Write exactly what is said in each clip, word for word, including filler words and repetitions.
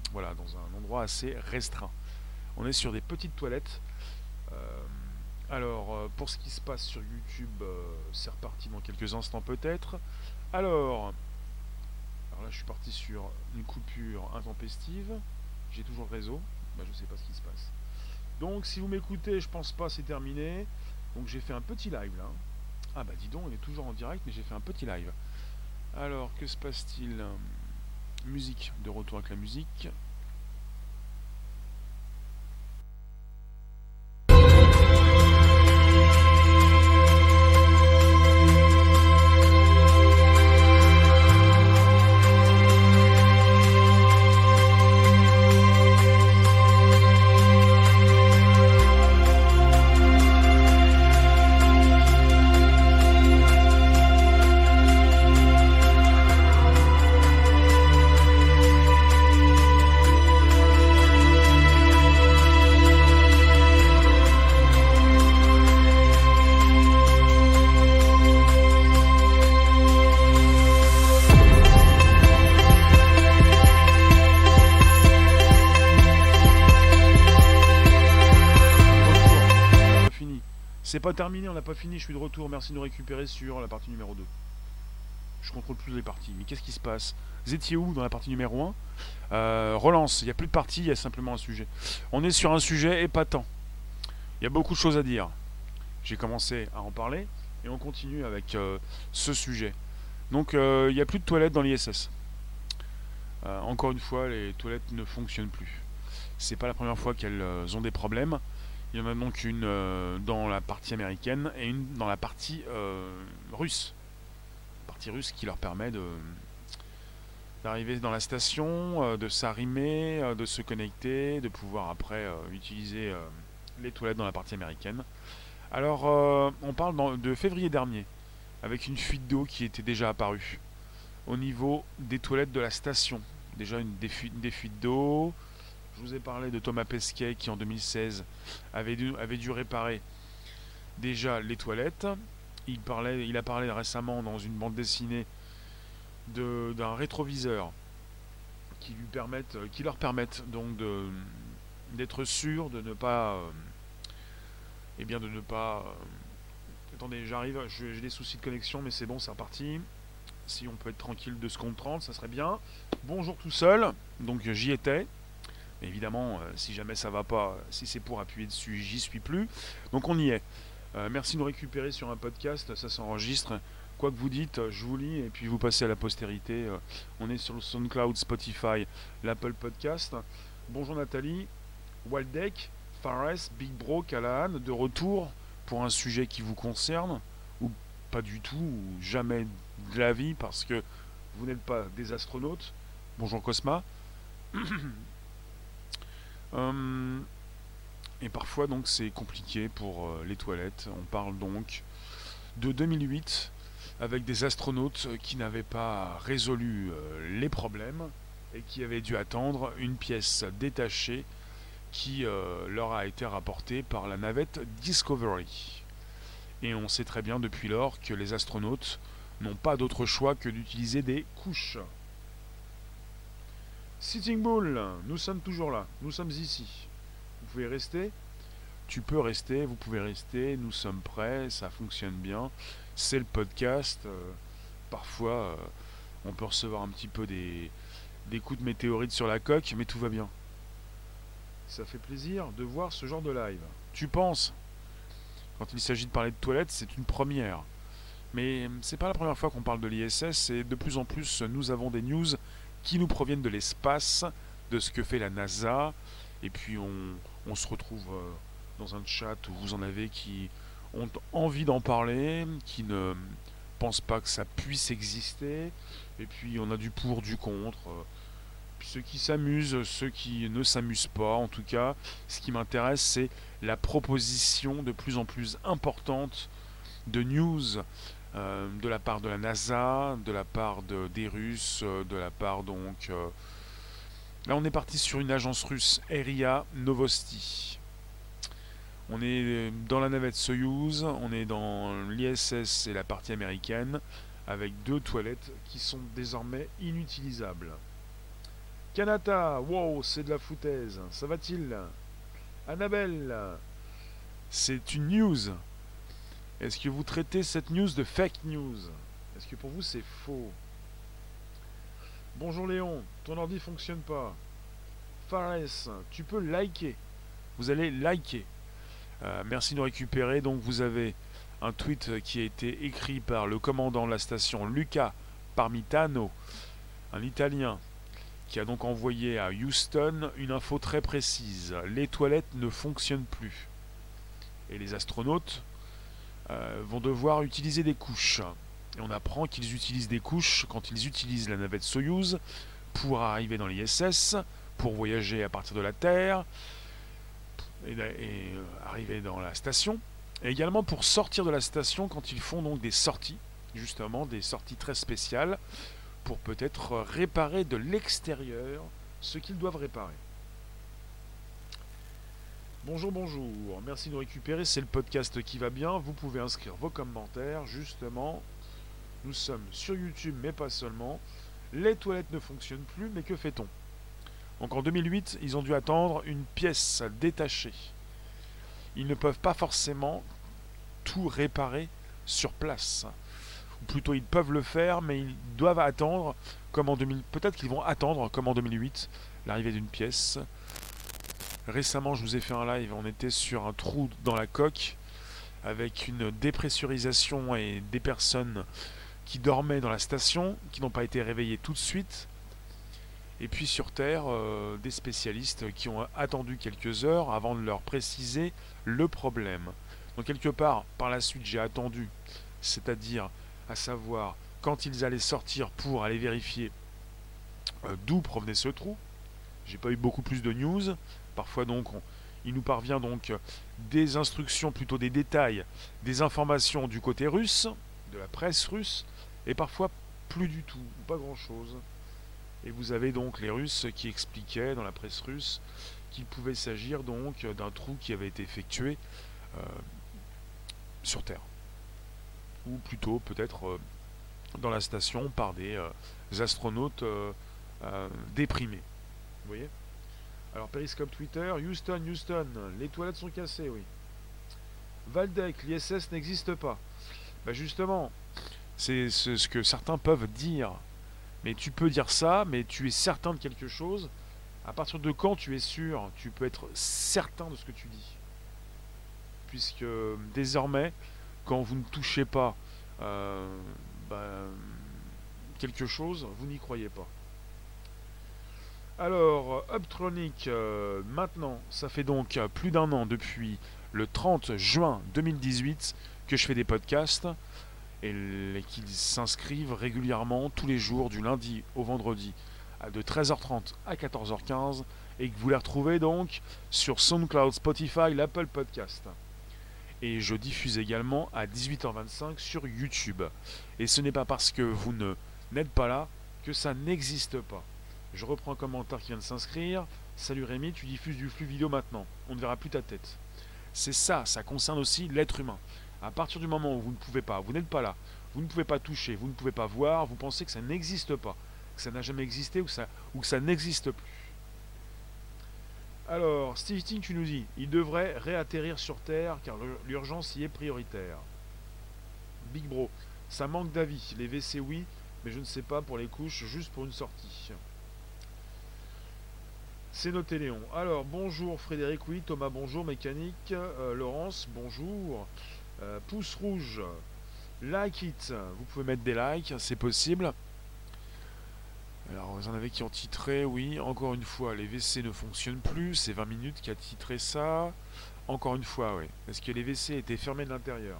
voilà, dans un endroit assez restreint. On est sur des petites toilettes. Euh, alors, euh, pour ce qui se passe sur YouTube, euh, c'est reparti dans quelques instants peut-être. Alors, alors là, je suis parti sur une coupure intempestive. J'ai toujours le réseau. Bah, je sais pas ce qui se passe. Donc, si vous m'écoutez, je pense pas, c'est terminé. Donc, j'ai fait un petit live là. Ah bah dis donc, on est toujours en direct, mais j'ai fait un petit live. Alors, que se passe-t-il? Musique, de retour avec la musique. Retour, on n'a pas fini. C'est pas terminé, on n'a pas fini, je suis de retour. Merci de nous récupérer sur la partie numéro deux. Je contrôle plus les parties. Mais qu'est-ce qui se passe? Vous étiez où dans la partie numéro un? euh, Relance, il n'y a plus de partie, il y a simplement un sujet. On est sur un sujet épatant. Il y a beaucoup de choses à dire. J'ai commencé à en parler et on continue avec euh, ce sujet. Donc euh, il n'y a plus de toilettes dans l'I S S. Euh, encore une fois, les toilettes ne fonctionnent plus. C'est pas la première fois qu'elles euh, ont des problèmes. Il y en a donc une euh, dans la partie américaine et une dans la partie euh, russe. Partie russe qui leur permet de d'arriver dans la station, euh, de s'arrimer, euh, de se connecter, de pouvoir après euh, utiliser euh, les toilettes dans la partie américaine. Alors, euh, on parle dans- de février dernier, avec une fuite d'eau qui était déjà apparue au niveau des toilettes de la station. Déjà une, des, fu- des fuites d'eau. Je vous ai parlé de Thomas Pesquet qui en deux mille seize avait dû, avait dû réparer déjà les toilettes. Il, parlait, il a parlé récemment dans une bande dessinée de- d'un rétroviseur qui, lui permettent, qui leur permettent donc de, d'être sûr de ne pas, euh, eh bien de ne pas. euh, attendez, j'arrive, je- j'ai des soucis de connexion, mais c'est bon, c'est reparti. Si on peut être tranquille de secondes trente, ça serait bien. Bonjour tout seul, donc j'y étais. Mais évidemment, euh, si jamais ça va pas, si c'est pour appuyer dessus, j'y suis plus. Donc on y est. Euh, merci de nous récupérer sur un podcast, ça s'enregistre. Quoi que vous dites, je vous lis et puis vous passez à la postérité. Euh, on est sur le SoundCloud, Spotify, l'Apple Podcast. Bonjour Nathalie, Waldeck, Fares, Big Bro, Callahan, de retour pour un sujet qui vous concerne, ou pas du tout, ou jamais de la vie, parce que vous n'êtes pas des astronautes. Bonjour Cosma. Euh, et parfois donc c'est compliqué pour euh, les toilettes. On parle donc de deux mille huit avec des astronautes qui n'avaient pas résolu euh, les problèmes et qui avaient dû attendre une pièce détachée qui euh, leur a été rapportée par la navette Discovery. Et on sait très bien depuis lors que les astronautes n'ont pas d'autre choix que d'utiliser des couches. Sitting Bull, nous sommes toujours là, nous sommes ici. Vous pouvez rester, tu peux rester, vous pouvez rester, nous sommes prêts, ça fonctionne bien. C'est le podcast. euh, parfois, euh, on peut recevoir un petit peu des, des coups de météorites sur la coque, mais tout va bien. Ça fait plaisir de voir ce genre de live. Tu penses, quand il s'agit de parler de toilettes, c'est une première. Mais c'est pas la première fois qu'on parle de l'I S S et de plus en plus nous avons des news qui nous proviennent de l'espace, de ce que fait la NASA. Et puis on, on se retrouve euh, dans un chat où vous en avez qui ont envie d'en parler, qui ne pensent pas que ça puisse exister. Et puis on a du pour, du contre. euh, Ceux qui s'amusent, ceux qui ne s'amusent pas. En tout cas, ce qui m'intéresse, c'est la proposition de plus en plus importante de news euh, de la part de la NASA, de la part de, des Russes, euh, de la part donc... euh, là on est parti sur une agence russe, R I A Novosti. On est dans la navette Soyuz, on est dans l'I S S et la partie américaine, avec deux toilettes qui sont désormais inutilisables. Kanata, wow, c'est de la foutaise. Ça va-t-il? Annabelle, c'est une news. Est-ce que vous traitez cette news de fake news? Est-ce que pour vous c'est faux? Bonjour Léon, ton ordi fonctionne pas. Fares, tu peux liker. Vous allez liker. Euh, merci de nous récupérer. Donc vous avez un tweet qui a été écrit par le commandant de la station Luca Parmitano, un Italien, qui a donc envoyé à Houston une info très précise. Les toilettes ne fonctionnent plus. Et les astronautes euh, vont devoir utiliser des couches. Et on apprend qu'ils utilisent des couches quand ils utilisent la navette Soyouz pour arriver dans l'I S S, pour voyager à partir de la Terre, et, et euh, arriver dans la station, et également pour sortir de la station quand ils font donc des sorties, justement des sorties très spéciales, pour peut-être réparer de l'extérieur ce qu'ils doivent réparer. Bonjour, bonjour, merci de nous récupérer, c'est le podcast qui va bien, vous pouvez inscrire vos commentaires, justement, nous sommes sur YouTube, mais pas seulement, les toilettes ne fonctionnent plus, mais que fait-on? Donc en deux mille huit, ils ont dû attendre une pièce détachée. Ils ne peuvent pas forcément tout réparer sur place. Ou plutôt, ils peuvent le faire, mais ils doivent attendre, comme en deux mille... Peut-être qu'ils vont attendre, comme en deux mille huit, l'arrivée d'une pièce. Récemment, je vous ai fait un live, on était sur un trou dans la coque, avec une dépressurisation et des personnes qui dormaient dans la station, qui n'ont pas été réveillées tout de suite. Et puis sur Terre, euh, des spécialistes qui ont attendu quelques heures avant de leur préciser le problème. Donc quelque part, par la suite, j'ai attendu, c'est-à-dire à savoir quand ils allaient sortir pour aller vérifier euh, d'où provenait ce trou. J'ai pas eu beaucoup plus de news. Parfois donc, on, il nous parvient donc des instructions, plutôt des détails, des informations du côté russe, de la presse russe, et parfois plus du tout, pas grand-chose. Et vous avez donc les Russes qui expliquaient dans la presse russe qu'il pouvait s'agir donc d'un trou qui avait été effectué euh, sur Terre. Ou plutôt peut-être euh, dans la station par des euh, astronautes euh, euh, déprimés. Vous voyez? Alors Periscope Twitter, Houston, Houston, les toilettes sont cassées, oui. Valdec, l'I S S n'existe pas. Bah justement, c'est ce que certains peuvent dire. Mais tu peux dire ça, mais tu es certain de quelque chose. À partir de quand tu es sûr? Tu peux être certain de ce que tu dis. Puisque désormais, quand vous ne touchez pas euh, ben, quelque chose, vous n'y croyez pas. Alors, Uptronic, euh, maintenant, ça fait donc plus d'un an depuis le trente juin deux mille dix-huit que je fais des podcasts. Et qu'ils s'inscrivent régulièrement tous les jours du lundi au vendredi de treize heures trente à quatorze heures quinze et que vous les retrouvez donc sur SoundCloud, Spotify, l'Apple Podcast. Et je diffuse également à dix-huit heures vingt-cinq sur YouTube. Et ce n'est pas parce que vous ne n'êtes pas là que ça n'existe pas. Je reprends un commentaire qui vient de s'inscrire. Salut Rémi, tu diffuses du flux vidéo maintenant. On ne verra plus ta tête. C'est ça, ça concerne aussi l'être humain. À partir du moment où vous ne pouvez pas, vous n'êtes pas là, vous ne pouvez pas toucher, vous ne pouvez pas voir, vous pensez que ça n'existe pas, que ça n'a jamais existé ou que ça, ou que ça n'existe plus. Alors, Steve Ting, tu nous dis, il devrait réatterrir sur Terre car l'urgence y est prioritaire. Big Bro, ça manque d'avis. Les W C oui, mais je ne sais pas pour les couches, juste pour une sortie. C'est noté Léon. Alors, bonjour Frédéric, oui, Thomas, bonjour, mécanique, euh, Laurence, bonjour. Euh, pouce rouge, like it, vous pouvez mettre des likes, c'est possible. Alors vous en avez qui ont titré, oui, encore une fois, les W C ne fonctionnent plus, c'est vingt minutes qui a titré ça. Encore une fois, oui. Est-ce que les W C étaient fermés de l'intérieur?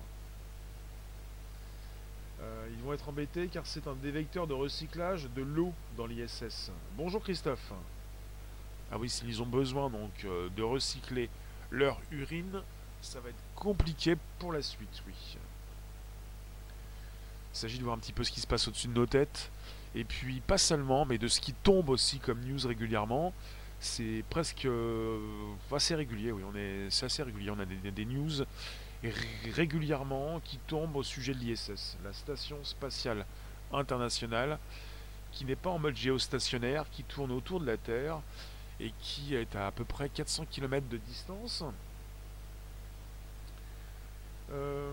euh, Ils vont être embêtés car c'est un des vecteurs de recyclage de l'eau dans l'I S S. Bonjour Christophe. Ah oui, s'ils ont besoin donc euh, de recycler leur urine, ça va être compliqué pour la suite, oui. Il s'agit de voir un petit peu ce qui se passe au-dessus de nos têtes. Et puis, pas seulement, mais de ce qui tombe aussi comme news régulièrement. C'est presque euh, assez régulier, oui. On est, c'est assez régulier. On a des, des news régulièrement qui tombent au sujet de l'I S S, la Station Spatiale Internationale, qui n'est pas en mode géostationnaire, qui tourne autour de la Terre et qui est à à peu près quatre cents kilomètres de distance. Euh,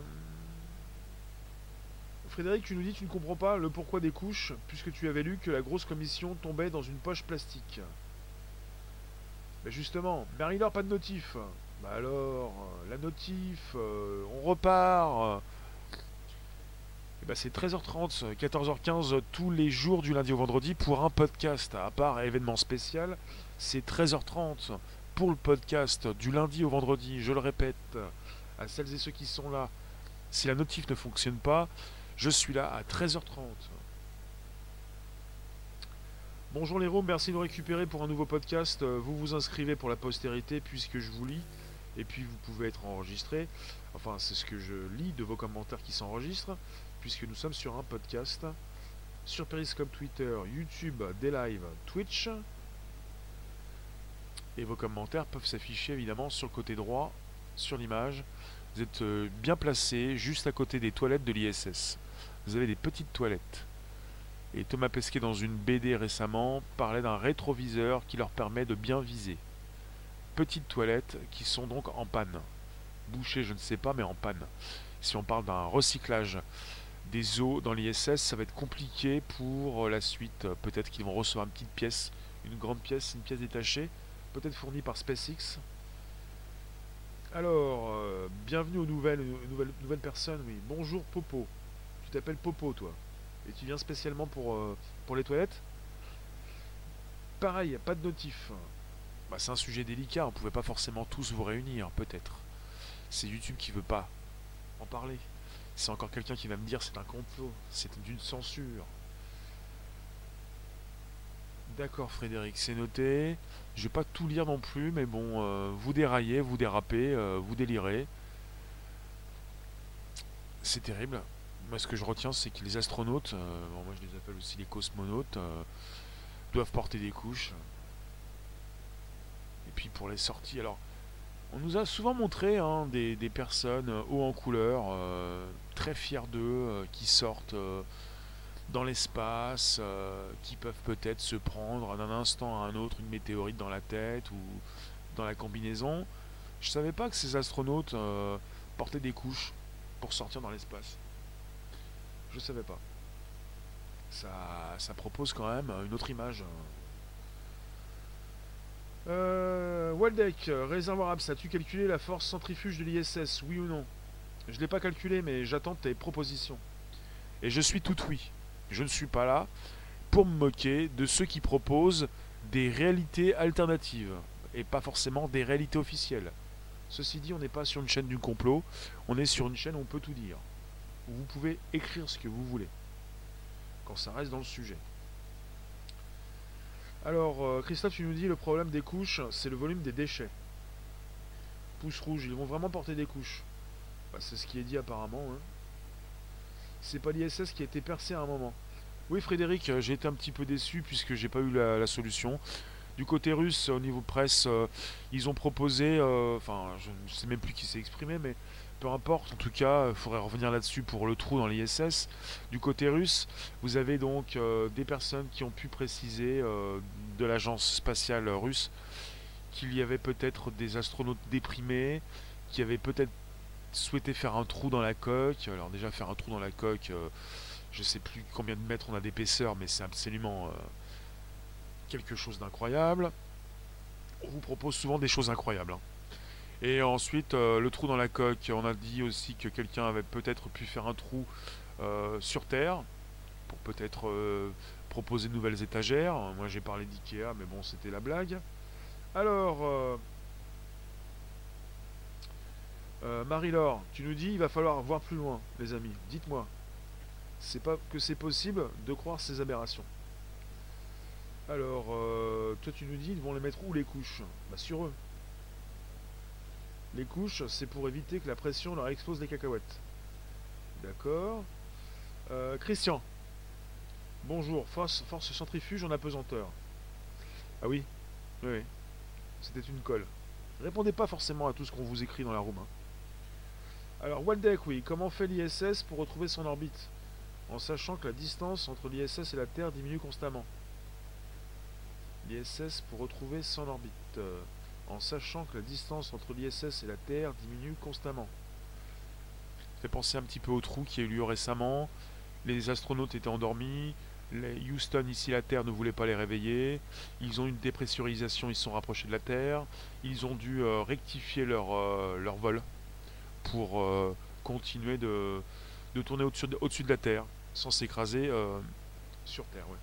Frédéric, tu nous dis que tu ne comprends pas le pourquoi des couches, puisque tu avais lu que la grosse commission tombait dans une poche plastique. Ben justement, Marie-Laure, pas de notif. Bah alors, euh, la notif, euh, on repart. Et ben c'est treize heures trente, quatorze heures quinze tous les jours du lundi au vendredi pour un podcast. À part événement spécial, c'est treize heures trente pour le podcast du lundi au vendredi. Je le répète à celles et ceux qui sont là. Si la notif ne fonctionne pas, je suis là à treize heures trente. Bonjour les Roms, merci de nous récupérer pour un nouveau podcast. Vous vous inscrivez pour la postérité puisque je vous lis. Et puis vous pouvez être enregistré. Enfin, c'est ce que je lis de vos commentaires qui s'enregistrent. Puisque nous sommes sur un podcast. Sur Periscope, Twitter, YouTube, des lives, Twitch. Et vos commentaires peuvent s'afficher évidemment sur le côté droit, sur l'image. Vous êtes bien placé juste à côté des toilettes de l'I S S. Vous avez des petites toilettes. Et Thomas Pesquet, dans une B D récemment, parlait d'un rétroviseur qui leur permet de bien viser. Petites toilettes qui sont donc en panne. Bouchées, je ne sais pas, mais en panne. Si on parle d'un recyclage des eaux dans l'I S S, ça va être compliqué pour la suite. Peut-être qu'ils vont recevoir une petite pièce, une grande pièce, une pièce détachée, peut-être fournie par SpaceX. Alors, euh, bienvenue aux nouvelles, nouvelles, nouvelles personnes, oui. Bonjour Popo. Tu t'appelles Popo, toi. Et tu viens spécialement pour, euh, pour les toilettes. Pareil, pas de notif. Bah, c'est un sujet délicat, on ne pouvait pas forcément tous vous réunir, peut-être. C'est YouTube qui veut pas en parler. C'est encore quelqu'un qui va me dire c'est un complot, c'est d'une censure. D'accord Frédéric, c'est noté. Je vais pas tout lire non plus, mais bon, euh, vous déraillez, vous dérapez, euh, vous délirez. C'est terrible. Moi, ce que je retiens, c'est que les astronautes, euh, bon, moi je les appelle aussi les cosmonautes, euh, doivent porter des couches. Et puis pour les sorties, alors, on nous a souvent montré hein, des, des personnes euh, haut en couleur, euh, très fiers d'eux, euh, qui sortent euh, dans l'espace, euh, qui peuvent peut-être se prendre d'un instant à un autre une météorite dans la tête ou dans la combinaison. Je savais pas que ces astronautes euh, portaient des couches pour sortir dans l'espace. Je savais pas. Ça, ça propose quand même une autre image. Euh, Waldeck, réservoir abs, as-tu calculé la force centrifuge de l'I S S, oui ou non? Je l'ai pas calculé, mais j'attends tes propositions. Et je suis tout oui. Je ne suis pas là pour me moquer de ceux qui proposent des réalités alternatives et pas forcément des réalités officielles. Ceci dit, on n'est pas sur une chaîne du complot, on est sur une chaîne où on peut tout dire, où vous pouvez écrire ce que vous voulez, quand ça reste dans le sujet. Alors, euh, Christophe, tu nous dis le problème des couches, c'est le volume des déchets. Pouce rouge, ils vont vraiment porter des couches. Bah, c'est ce qui est dit apparemment. Hein. C'est pas l'I S S qui a été percé à un moment. Oui, Frédéric, j'ai été un petit peu déçu puisque j'ai pas eu la, la solution. Du côté russe, au niveau presse, euh, ils ont proposé, euh, enfin, je ne sais même plus qui s'est exprimé, mais peu importe, en tout cas, il faudrait revenir là-dessus pour le trou dans l'I S S. Du côté russe, vous avez donc euh, des personnes qui ont pu préciser euh, de l'agence spatiale russe qu'il y avait peut-être des astronautes déprimés, qui avaient peut-être souhaité faire un trou dans la coque. Alors déjà, faire un trou dans la coque, euh, je ne sais plus combien de mètres on a d'épaisseur, mais c'est absolument euh, quelque chose d'incroyable. On vous propose souvent des choses incroyables. Hein. Et ensuite, euh, le trou dans la coque, on a dit aussi que quelqu'un avait peut-être pu faire un trou euh, sur Terre, pour peut-être euh, proposer de nouvelles étagères. Moi j'ai parlé d'Ikea, mais bon, c'était la blague. Alors, euh, euh, Marie-Laure, tu nous dis il va falloir voir plus loin, les amis. Dites-moi, c'est pas que c'est possible de croire ces aberrations. Alors, euh, toi tu nous dis ils vont les mettre où les couches? Bah sur eux. Les couches, c'est pour éviter que la pression leur explose les cacahuètes. D'accord. Euh, Christian, bonjour. Force, force centrifuge en apesanteur. Ah oui, oui, oui. C'était une colle. Répondez pas forcément à tout ce qu'on vous écrit dans la room. Hein. Alors, Waldeck, oui. Comment fait l'I S S pour retrouver son orbite? en sachant que la distance entre l'I S S et la Terre diminue constamment. L'I S S pour retrouver son orbite. Euh, en sachant que la distance entre l'I S S et la Terre diminue constamment. Ça fait penser un petit peu au trou qui a eu lieu récemment. Les astronautes étaient endormis. Les Houston, ici la Terre, ne voulait pas les réveiller. Ils ont eu une dépressurisation, ils se sont rapprochés de la Terre. Ils ont dû euh, rectifier leur, euh, leur vol pour euh, continuer de, de tourner au-dessus de, au-dessus de la Terre, sans s'écraser euh, sur Terre. Ouais.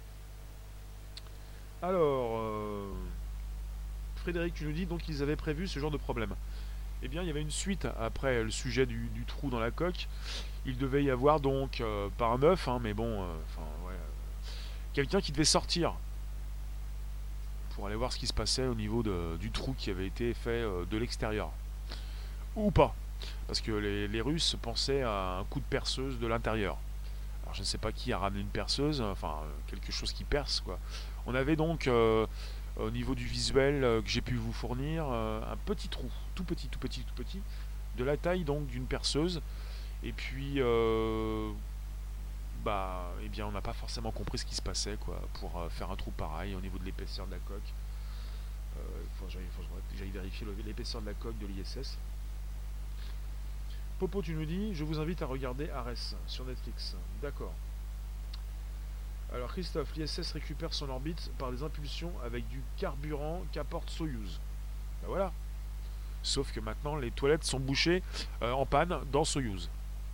Alors, euh, Frédéric, tu nous dis donc qu'ils avaient prévu ce genre de problème. Eh bien, il y avait une suite après le sujet du, du trou dans la coque. Il devait y avoir donc, euh, pas un œuf, hein, mais bon, euh, enfin, ouais, euh, quelqu'un qui devait sortir pour aller voir ce qui se passait au niveau de- du trou qui avait été fait euh, de l'extérieur. Ou pas. Parce que les, les Russes pensaient à un coup de perceuse de l'intérieur. Alors je ne sais pas qui a ramené une perceuse, enfin euh, quelque chose qui perce quoi. On avait donc euh, au niveau du visuel euh, que j'ai pu vous fournir euh, un petit trou, tout petit, tout petit, tout petit, de la taille donc d'une perceuse. Et puis euh, bah eh bien on n'a pas forcément compris ce qui se passait quoi pour euh, faire un trou pareil au niveau de l'épaisseur de la coque. Il euh, faut, faut que j'aille vérifier l'épaisseur de la coque de l'I S S. Popo, tu nous dis, je vous invite à regarder Ares sur Netflix. D'accord. Alors Christophe, l'I S S récupère son orbite par des impulsions avec du carburant qu'apporte Soyuz. Ben voilà. Sauf que maintenant les toilettes sont bouchées euh, en panne dans Soyuz.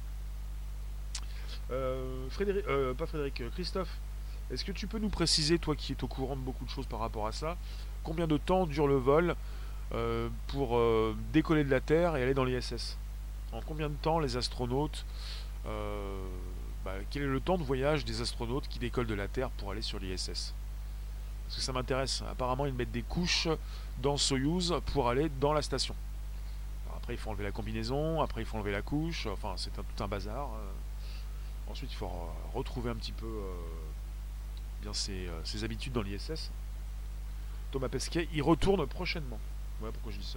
Euh, Frédéric, euh, pas Frédéric, euh, Christophe, est-ce que tu peux nous préciser, toi qui es au courant de beaucoup de choses par rapport à ça, combien de temps dure le vol euh, pour euh, décoller de la Terre et aller dans l'I S S? En combien de temps les astronautes euh, bah, quel est le temps de voyage des astronautes qui décollent de la Terre pour aller sur l'I S S? Parce que ça m'intéresse. Apparemment, ils mettent des couches dans Soyuz pour aller dans la station. Alors après, il faut enlever la combinaison, après, il faut enlever la couche. Enfin, c'est un, tout un bazar. Ensuite, il faut retrouver un petit peu euh, bien ses, euh, ses habitudes dans l'I S S. Thomas Pesquet, il retourne prochainement. Ouais, pourquoi je dis ça?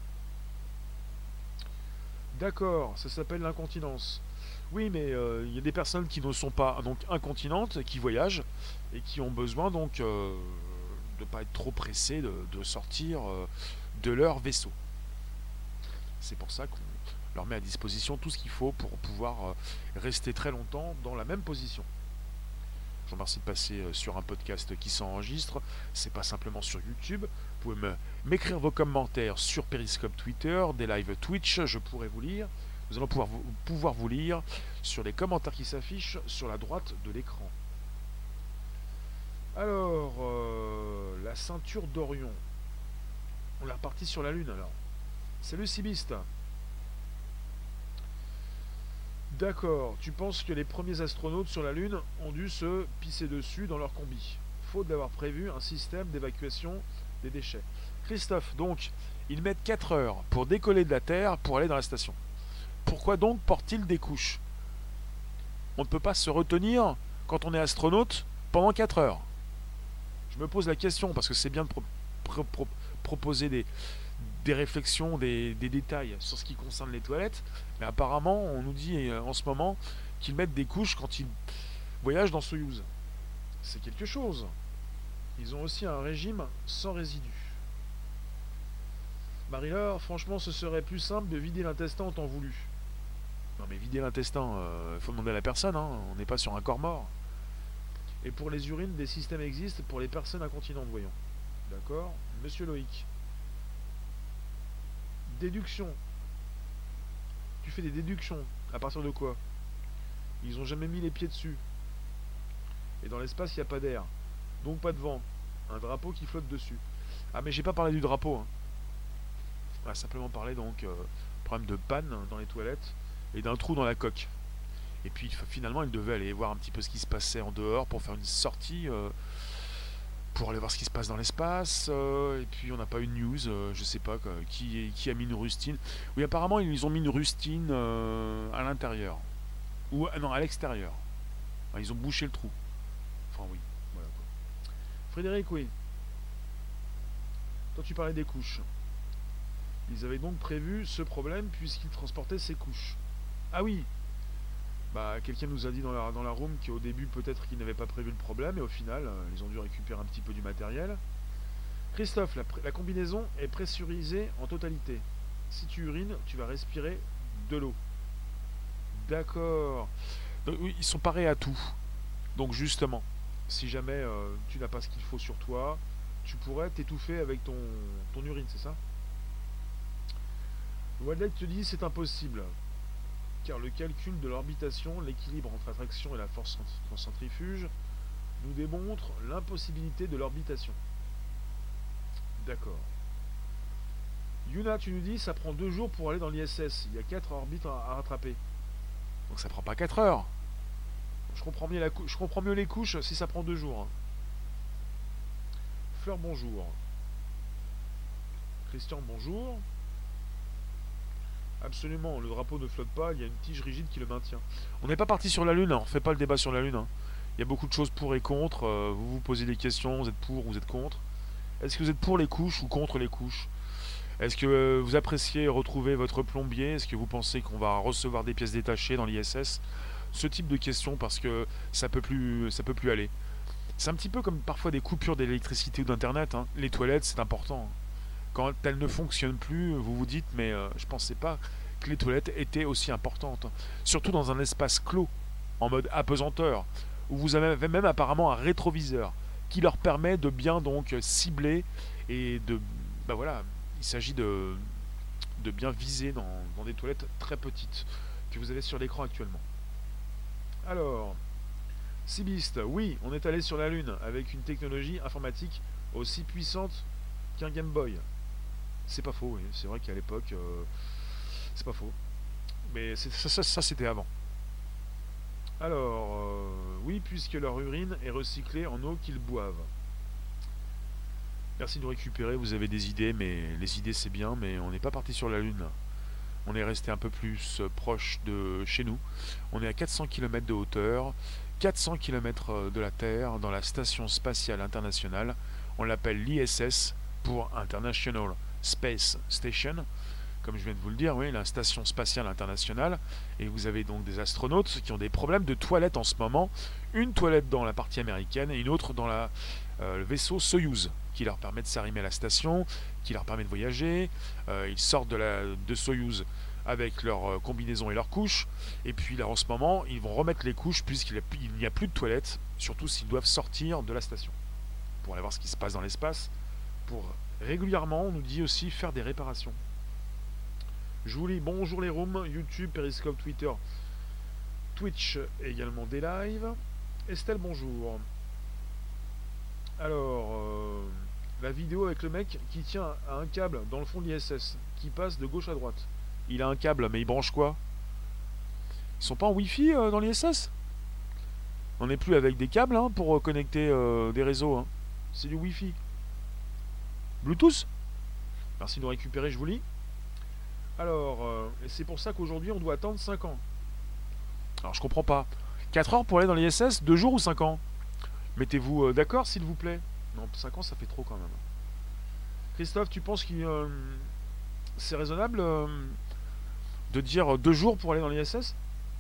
D'accord, ça s'appelle l'incontinence. Oui, mais euh, il y a des personnes qui ne sont pas donc incontinentes, qui voyagent et qui ont besoin donc euh, de ne pas être trop pressées de, de sortir euh, de leur vaisseau. C'est pour ça qu'on leur met à disposition tout ce qu'il faut pour pouvoir euh, rester très longtemps dans la même position. Je vous remercie de passer euh, sur un podcast qui s'enregistre. C'est pas simplement sur YouTube. Vous pouvez m'écrire vos commentaires sur Periscope Twitter, des lives Twitch, je pourrai vous lire. Nous allons pouvoir vous, pouvoir vous lire sur les commentaires qui s'affichent sur la droite de l'écran. Alors, euh, la ceinture d'Orion. On est reparti sur la Lune alors. C'est le Cibiste. D'accord, tu penses que les premiers astronautes sur la Lune ont dû se pisser dessus dans leur combi, faute d'avoir prévu un système d'évacuation des déchets. Christophe, donc, ils mettent quatre heures pour décoller de la Terre pour aller dans la station. Pourquoi donc portent-ils des couches? On ne peut pas se retenir quand on est astronaute pendant quatre heures. Je me pose la question parce que c'est bien de pro pro pro proposer des, des réflexions, des, des détails sur ce qui concerne les toilettes, mais apparemment on nous dit euh, en ce moment qu'ils mettent des couches quand ils voyagent dans Soyuz. C'est quelque chose. Ils ont aussi un régime sans résidus. Marie-Laure, franchement ce serait plus simple de vider l'intestin en temps voulu. Non mais vider l'intestin, il euh, faut demander à la personne, hein, on n'est pas sur un corps mort. Et pour les urines, des systèmes existent pour les personnes incontinentes, voyons. D'accord. Monsieur Loïc. Déduction. Tu fais des déductions. À partir de quoi? Ils ont jamais mis les pieds dessus. Et dans l'espace, il n'y a pas d'air. Donc pas de vent. Un drapeau qui flotte dessus. Ah mais j'ai pas parlé du drapeau. Hein. On a simplement parlé donc euh, problème de panne dans les toilettes et d'un trou dans la coque. Et puis finalement, il devait aller voir un petit peu ce qui se passait en dehors pour faire une sortie, euh, pour aller voir ce qui se passe dans l'espace. Euh, et puis on n'a pas eu de news, euh, je sais pas quoi, qui, qui a mis une rustine. Oui, apparemment ils ont mis une rustine euh, à l'intérieur. Ou euh, non, à l'extérieur. Enfin, ils ont bouché le trou. Enfin oui, voilà quoi. Frédéric, oui. Toi tu parlais des couches. Ils avaient donc prévu ce problème puisqu'ils transportaient ces couches. Ah oui. Bah, quelqu'un nous a dit dans la, dans la room qu'au début, peut-être qu'ils n'avaient pas prévu le problème, et au final, euh, ils ont dû récupérer un petit peu du matériel. Christophe, la, la combinaison est pressurisée en totalité. Si tu urines, tu vas respirer de l'eau. D'accord. Donc, oui, ils sont parés à tout. Donc justement, si jamais euh, tu n'as pas ce qu'il faut sur toi, tu pourrais t'étouffer avec ton, ton urine, c'est ça? Wildlife te dit c'est impossible, car le calcul de l'orbitation, l'équilibre entre attraction et la force centrifuge, nous démontre l'impossibilité de l'orbitation. D'accord. Yuna, tu nous dis ça prend deux jours pour aller dans l'I S S. Il y a quatre orbites à, à rattraper. Donc ça prend pas quatre heures. Je comprends mieux, la je comprends mieux les couches si ça prend deux jours. Hein. Fleur, bonjour. Christian, bonjour. Absolument, le drapeau ne flotte pas, il y a une tige rigide qui le maintient. On n'est pas parti sur la Lune, hein. On ne fait pas le débat sur la Lune. Hein. Il y a beaucoup de choses pour et contre. Euh, vous vous posez des questions, vous êtes pour, vous êtes contre. Est-ce que vous êtes pour les couches ou contre les couches? Est-ce que euh, vous appréciez retrouver votre plombier? Est-ce que vous pensez qu'on va recevoir des pièces détachées dans l'I S S? Ce type de questions parce que ça peut plus, ça peut plus aller. C'est un petit peu comme parfois des coupures d'électricité ou d'internet. Hein. Les toilettes, c'est important. Quand elles ne fonctionnent plus, vous vous dites mais euh, je pensais pas que les toilettes étaient aussi importantes. Surtout dans un espace clos, en mode apesanteur, où vous avez même apparemment un rétroviseur qui leur permet de bien donc cibler et de, bah voilà, il s'agit de, de bien viser dans, dans des toilettes très petites que vous avez sur l'écran actuellement. Alors, Sibiste, oui, on est allé sur la Lune avec une technologie informatique aussi puissante qu'un Game Boy. C'est pas faux, oui. C'est vrai qu'à l'époque, euh, c'est pas faux. Mais ça, ça, ça c'était avant. Alors, euh, oui, puisque leur urine est recyclée en eau qu'ils boivent. Merci de nous récupérer, vous avez des idées, mais les idées c'est bien, mais on n'est pas parti sur la Lune. On est resté un peu plus proche de chez nous. On est à quatre cents kilomètres de hauteur, quatre cents kilomètres de la Terre, dans la Station Spatiale Internationale. On l'appelle l'I S S pour International Space Station. Comme je viens de vous le dire, oui, la Station Spatiale Internationale. Et vous avez donc des astronautes qui ont des problèmes de toilettes en ce moment. Une toilette dans la partie américaine et une autre dans la, euh, le vaisseau Soyuz, qui leur permet de s'arrimer à la station, qui leur permet de voyager. Euh, ils sortent de, la, de Soyuz avec leur combinaison et leurs couches. Et puis là, en ce moment, ils vont remettre les couches puisqu'il n'y a plus de toilettes, surtout s'ils doivent sortir de la station. Pour aller voir ce qui se passe dans l'espace. Pour régulièrement, on nous dit aussi faire des réparations. Je vous lis bonjour les rooms, YouTube, Periscope, Twitter, Twitch et également des lives. Estelle, bonjour. Alors, euh, la vidéo avec le mec qui tient à un câble dans le fond de l'I S S, qui passe de gauche à droite. Il a un câble, mais il branche quoi? Ils sont pas en Wi-Fi euh, dans l'I S S? On n'est plus avec des câbles hein, pour connecter euh, des réseaux. Hein. C'est du Wi-Fi. Bluetooth? Merci de nous récupérer, je vous lis. Alors, euh, et c'est pour ça qu'aujourd'hui on doit attendre cinq ans. Alors je comprends pas. quatre heures pour aller dans l'I S S, deux jours ou cinq ans? Mettez-vous euh, d'accord s'il vous plaît. Non, cinq ans ça fait trop quand même. Christophe, tu penses que euh, c'est raisonnable euh, de dire deux jours pour aller dans l'I S S?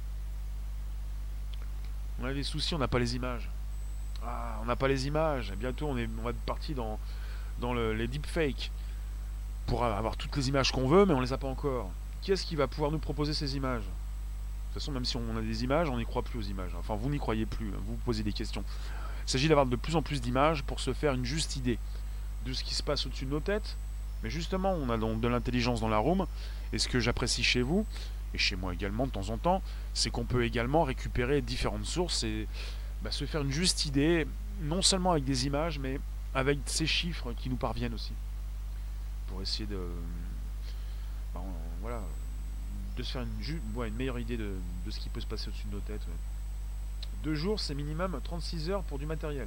On a des soucis, on n'a pas les images. Ah, on n'a pas les images. Bientôt on, est, on va être parti dans, dans le, les deepfakes. Pour avoir toutes les images qu'on veut, mais on les a pas encore. Qui est-ce qui va pouvoir nous proposer ces images? De toute façon, même si on a des images, on n'y croit plus aux images. Enfin, vous n'y croyez plus, vous vous posez des questions. Il s'agit d'avoir de plus en plus d'images pour se faire une juste idée de ce qui se passe au-dessus de nos têtes. Mais justement, on a donc de l'intelligence dans la room. Et ce que j'apprécie chez vous, et chez moi également de temps en temps, c'est qu'on peut également récupérer différentes sources et bah, se faire une juste idée, non seulement avec des images, mais avec ces chiffres qui nous parviennent aussi. Pour essayer de, ben, voilà, de se faire une, ju ouais, une meilleure idée de, de ce qui peut se passer au-dessus de nos têtes. Ouais. Deux jours, c'est minimum trente-six heures pour du matériel.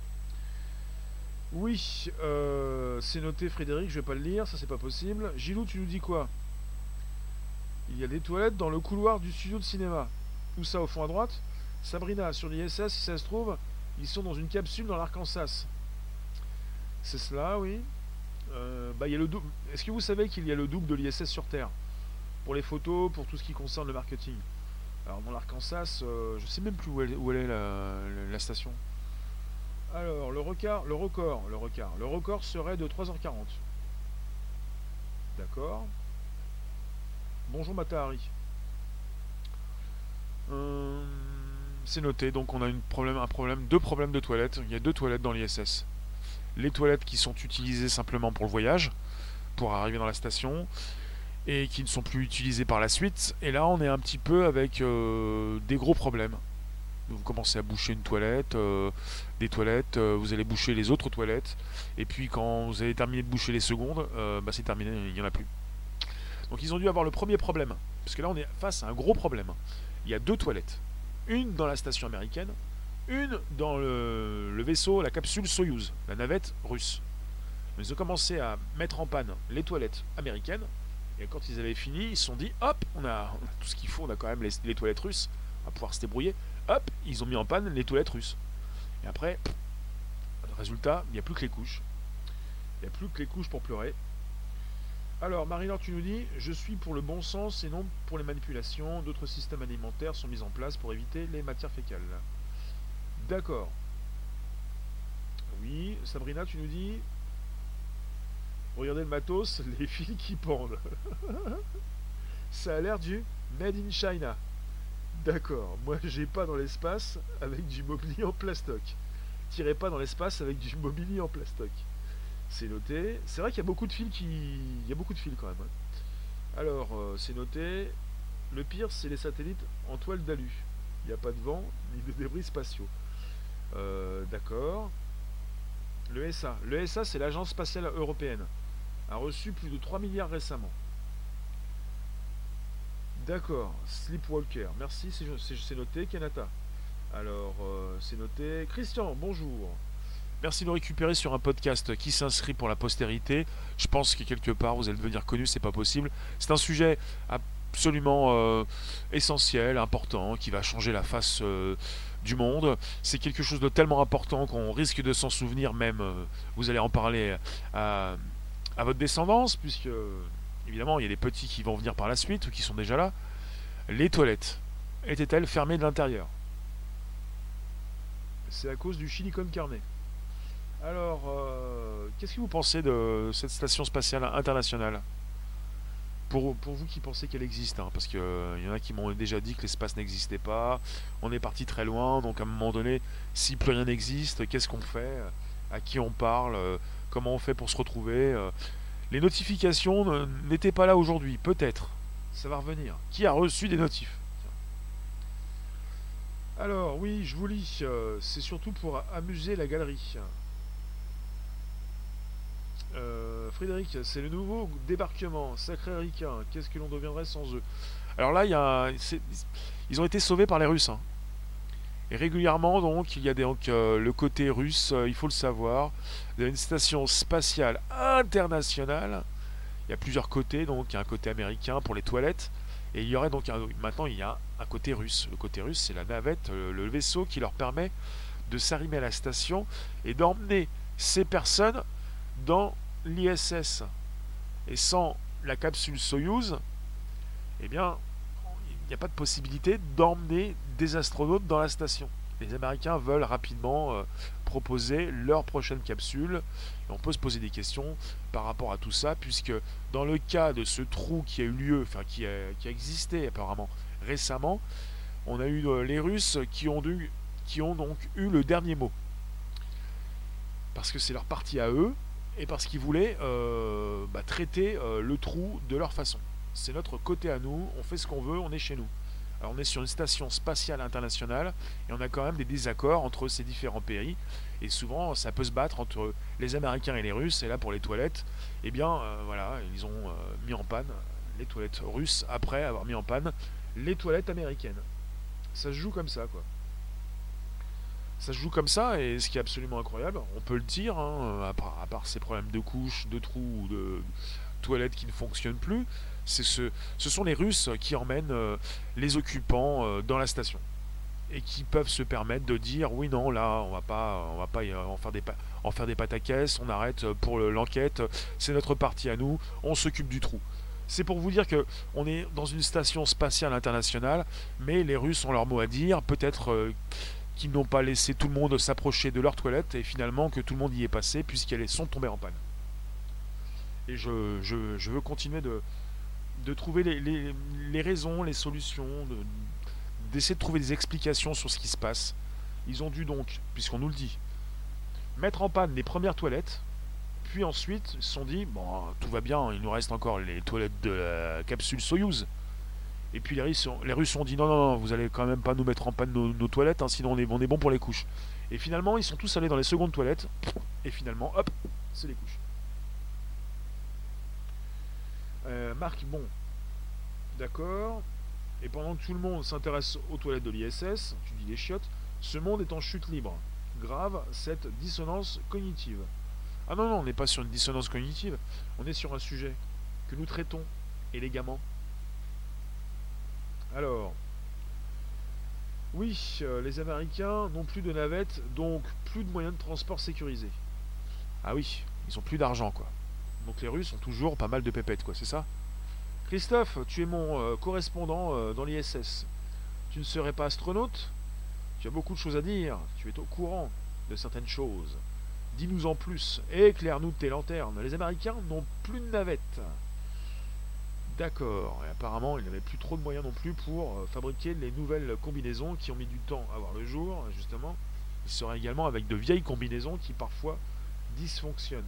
Oui, euh, c'est noté Frédéric, je vais pas le lire, ça c'est pas possible. Gilou, tu nous dis quoi? Il y a des toilettes dans le couloir du studio de cinéma. Où ça, au fond à droite? Sabrina, sur l'I S S, si ça se trouve, ils sont dans une capsule dans l'Arkansas. C'est cela, oui. Euh, bah, y a le double. Est-ce que vous savez qu'il y a le double de l'I S S sur Terre? Pour les photos, pour tout ce qui concerne le marketing. Alors dans l'Arkansas, euh, je sais même plus où elle, où elle est la, la station. Alors le record, le record, le record, le record serait de trois heures quarante. D'accord. Bonjour Matahari. Euh, c'est noté, donc on a une problème, un problème, deux problèmes de toilettes. Il y a deux toilettes dans l'I S S. Les toilettes qui sont utilisées simplement pour le voyage, pour arriver dans la station, et qui ne sont plus utilisées par la suite. Et là, on est un petit peu avec euh, des gros problèmes. Vous commencez à boucher une toilette, euh, des toilettes, euh, vous allez boucher les autres toilettes, et puis quand vous avez terminé de boucher les secondes, euh, bah c'est terminé, il n'y en a plus. Donc ils ont dû avoir le premier problème, parce que là on est face à un gros problème. Il y a deux toilettes, une dans la station américaine, une dans le, le vaisseau, la capsule Soyouz, la navette russe. Ils ont commencé à mettre en panne les toilettes américaines, et quand ils avaient fini, ils se sont dit, hop, on a, on a tout ce qu'il faut, on a quand même les, les toilettes russes, on va pouvoir se débrouiller. Hop, ils ont mis en panne les toilettes russes. Et après, le résultat, il n'y a plus que les couches. Il n'y a plus que les couches pour pleurer. Alors, Marie-Laure, tu nous dis, je suis pour le bon sens et non pour les manipulations. D'autres systèmes alimentaires sont mis en place pour éviter les matières fécales. D'accord. Oui, Sabrina, tu nous dis, regardez le matos, les fils qui pendent. Ça a l'air du Made in China. D'accord, moi j'ai pas dans l'espace avec du mobilier en plastoc. Tirez pas dans l'espace avec du mobilier en plastoc. C'est noté. C'est vrai qu'il y a beaucoup de fils qui. Il y a beaucoup de fils quand même. Hein. Alors, euh, c'est noté. Le pire, c'est les satellites en toile d'alu. Il n'y a pas de vent ni de débris spatiaux. Euh, D'accord. Le S A. Le S A, c'est l'Agence spatiale européenne. A reçu plus de trois milliards récemment. D'accord, Sleepwalker, merci, c'est noté, Kanata. Alors, euh, c'est noté. Christian, bonjour. Merci de nous récupérer sur un podcast qui s'inscrit pour la postérité. Je pense que quelque part vous allez devenir connu, c'est pas possible. C'est un sujet absolument euh, essentiel, important, qui va changer la face euh, du monde. C'est quelque chose de tellement important qu'on risque de s'en souvenir même. Euh, vous allez en parler à, à votre descendance, puisque évidemment il y a des petits qui vont venir par la suite ou qui sont déjà là. Les toilettes étaient-elles fermées de l'intérieur? C'est à cause du chili con carne. Alors, euh, qu'est-ce que vous pensez de cette station spatiale internationale pour, pour vous qui pensez qu'elle existe, hein, parce qu'il euh, y en a qui m'ont déjà dit que l'espace n'existait pas, on est parti très loin, donc à un moment donné, si plus rien n'existe, qu'est-ce qu'on fait? À qui on parle? euh, Comment on fait pour se retrouver? euh, Les notifications euh, n'étaient pas là aujourd'hui, peut-être. Ça va revenir. Qui a reçu des notifs? Alors, oui, je vous lis. euh, c'est surtout pour amuser la galerie. Euh, Frédéric, c'est le nouveau débarquement. Sacré ricain. Qu'est-ce que l'on deviendrait sans eux? Alors là, il y a, c'est- ils ont été sauvés par les Russes. Hein. Et régulièrement, donc, il y a des- donc, euh, le côté russe, euh, il faut le savoir. Il y a une station spatiale internationale. Il y a plusieurs côtés, donc il y a un côté américain pour les toilettes. Et il y aurait donc un- maintenant il y a un côté russe. Le côté russe, c'est la navette, euh, le vaisseau qui leur permet de s'arrimer à la station et d'emmener ces personnes dans l'I S S. Et sans la capsule Soyouz, eh bien, il n'y a pas de possibilité d'emmener des astronautes dans la station. Les Américains veulent rapidement euh, proposer leur prochaine capsule. Et on peut se poser des questions par rapport à tout ça, puisque dans le cas de ce trou qui a eu lieu, enfin qui a, qui a existé apparemment récemment, on a eu euh, les Russes qui ont, dû, qui ont donc eu le dernier mot. Parce que c'est leur parti à eux, et parce qu'ils voulaient euh, bah, traiter euh, le trou de leur façon. C'est notre côté à nous, on fait ce qu'on veut, on est chez nous. Alors on est sur une station spatiale internationale et on a quand même des désaccords entre ces différents pays et souvent ça peut se battre entre les Américains et les Russes et là pour les toilettes, eh bien euh, voilà, ils ont euh, mis en panne les toilettes russes après avoir mis en panne les toilettes américaines. Ça se joue comme ça quoi. Ça se joue comme ça et ce qui est absolument incroyable, on peut le dire, hein, à, part, à part ces problèmes de couches, de trous ou de toilettes qui ne fonctionnent plus, c'est ce, ce sont les Russes qui emmènent euh, les occupants euh, dans la station et qui peuvent se permettre de dire oui non là on va pas on va pas en faire des en faire des pataquès, on arrête pour l'enquête, c'est notre partie à nous, on s'occupe du trou. C'est pour vous dire que on est dans une station spatiale internationale, mais les Russes ont leur mot à dire. Peut-être euh, qu'ils n'ont pas laissé tout le monde s'approcher de leur toilette et finalement que tout le monde y est passé puisqu'elles sont tombées en panne. Et je, je, je veux continuer de, de trouver les, les, les raisons, les solutions, de- d'essayer de trouver des explications sur ce qui se passe. Ils ont dû donc, puisqu'on nous le dit, mettre en panne les premières toilettes, puis ensuite ils se sont dit, bon, tout va bien, il nous reste encore les toilettes de la capsule Soyouz. Et puis les Russes, ont, les Russes ont dit, non, non, non, vous allez quand même pas nous mettre en panne nos, nos toilettes, hein, sinon on est, on est bon pour les couches. Et finalement, ils sont tous allés dans les secondes toilettes, et finalement, hop, c'est les couches. Euh, Marc, bon, d'accord. Et pendant que tout le monde s'intéresse aux toilettes de l'I S S, tu dis les chiottes, ce monde est en chute libre. Grave cette dissonance cognitive. Ah non, non, on n'est pas sur une dissonance cognitive, on est sur un sujet que nous traitons élégamment. Alors, oui, euh, les Américains n'ont plus de navettes, donc plus de moyens de transport sécurisés. Ah oui, ils ont plus d'argent, quoi. Donc les Russes ont toujours pas mal de pépettes, quoi, c'est ça? Christophe, tu es mon euh, correspondant euh, dans l'I S S. Tu ne serais pas astronaute? Tu as beaucoup de choses à dire, tu es au courant de certaines choses. Dis-nous en plus, éclaire-nous de tes lanternes. Les Américains n'ont plus de navettes. D'accord, et apparemment ils n'avaient plus trop de moyens non plus pour euh, fabriquer les nouvelles combinaisons qui ont mis du temps à voir le jour, justement. Ils seraient également avec de vieilles combinaisons qui parfois dysfonctionnent.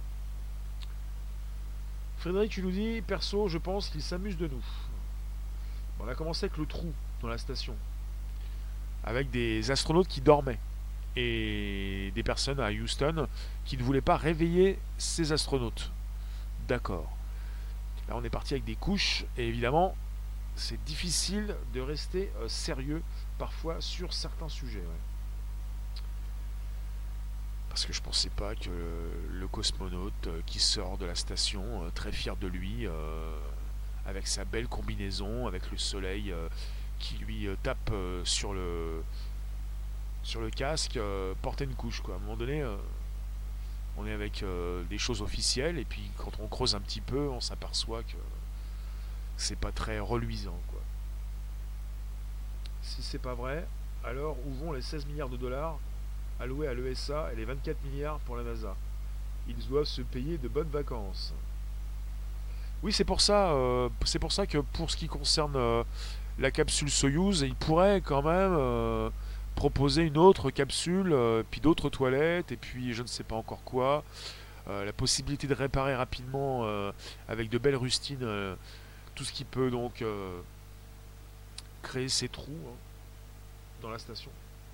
Frédéric, tu nous dis, perso, je pense qu'ils s'amusent de nous. Bon, on a commencé avec le trou dans la station, avec des astronautes qui dormaient, et des personnes à Houston qui ne voulaient pas réveiller ces astronautes. D'accord. Là, on est parti avec des couches, et évidemment, c'est difficile de rester euh, sérieux parfois sur certains sujets. Ouais. Parce que je pensais pas que le cosmonaute euh, qui sort de la station, euh, très fier de lui, euh, avec sa belle combinaison, avec le soleil euh, qui lui euh, tape euh, sur le sur le casque, euh, portait une couche, quoi. À un moment donné, euh, on est avec euh, des choses officielles, et puis quand on creuse un petit peu, on s'aperçoit que c'est pas très reluisant, quoi. Si c'est pas vrai, alors où vont les seize milliards de dollars alloués à l'E S A et les vingt-quatre milliards pour la NASA? Ils doivent se payer de bonnes vacances. Oui, c'est pour ça, euh, c'est pour ça que pour ce qui concerne euh, la capsule Soyouz, il pourrait quand même euh, proposer une autre capsule, euh, puis d'autres toilettes, et puis je ne sais pas encore quoi. Euh, la possibilité de réparer rapidement euh, avec de belles rustines euh, tout ce qui peut donc euh, créer ces trous hein, dans la station.